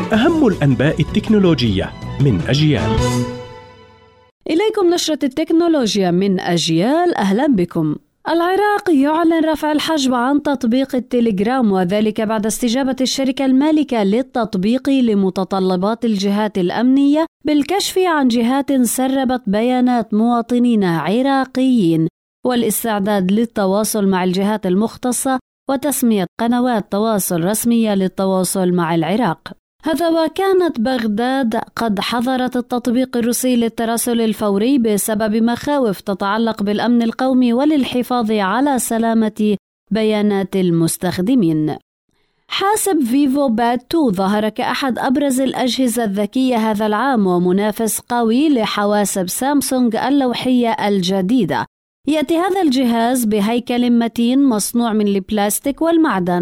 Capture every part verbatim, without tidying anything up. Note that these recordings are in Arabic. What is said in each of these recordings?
أهم الأنباء التكنولوجية من أجيال. إليكم نشرة التكنولوجيا من أجيال، أهلا بكم. العراق يعلن رفع الحجب عن تطبيق التليجرام، وذلك بعد استجابة الشركة المالكة للتطبيق لمتطلبات الجهات الأمنية بالكشف عن جهات سربت بيانات مواطنين عراقيين، والاستعداد للتواصل مع الجهات المختصة وتسمية قنوات تواصل رسمية للتواصل مع العراق. هذا وكانت بغداد قد حظرت التطبيق الروسي للتراسل الفوري بسبب مخاوف تتعلق بالأمن القومي وللحفاظ على سلامة بيانات المستخدمين. حاسب فيفو باد اثنين ظهر كأحد أبرز الأجهزة الذكية هذا العام ومنافس قوي لحواسب سامسونج اللوحية الجديدة. يأتي هذا الجهاز بهيكل متين مصنوع من البلاستيك والمعدن،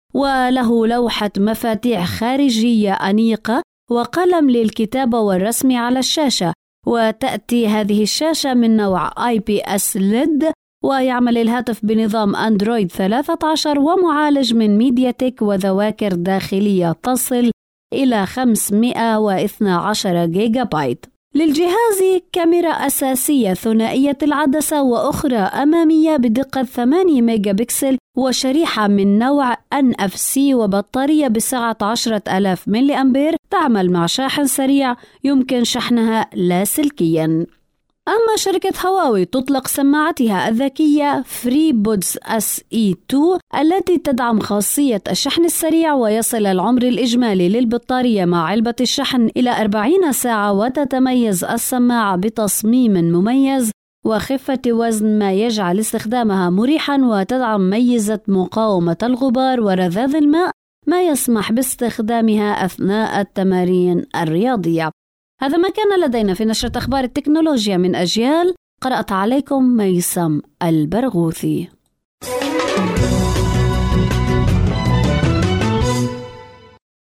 وله لوحة مفاتيح خارجية أنيقة وقلم للكتابة والرسم على الشاشة، وتأتي هذه الشاشة من نوع آي بي إس ليد، ويعمل الهاتف بنظام أندرويد ثلاثة عشر ومعالج من ميدياتك وذواكر داخلية تصل إلى خمسمائة واثني عشر جيجا بايت. للجهاز كاميرا أساسية ثنائية العدسة وأخرى أمامية بدقة ثمانية ميجا بكسل وشريحة من نوع إن إف سي وبطارية بسعة عشرة آلاف ملي أمبير تعمل مع شاحن سريع يمكن شحنها لاسلكيا. أما شركة هواوي تطلق سماعتها الذكية فري بودز اس اي اثنين التي تدعم خاصية الشحن السريع، ويصل العمر الإجمالي للبطارية مع علبة الشحن إلى أربعين ساعة، وتتميز السماعة بتصميم مميز وخفة وزن ما يجعل استخدامها مريحا، وتدعم ميزة مقاومة الغبار ورذاذ الماء ما يسمح باستخدامها أثناء التمارين الرياضية. هذا ما كان لدينا في نشرة أخبار التكنولوجيا من أجيال. قرأت عليكم ميسم البرغوثي.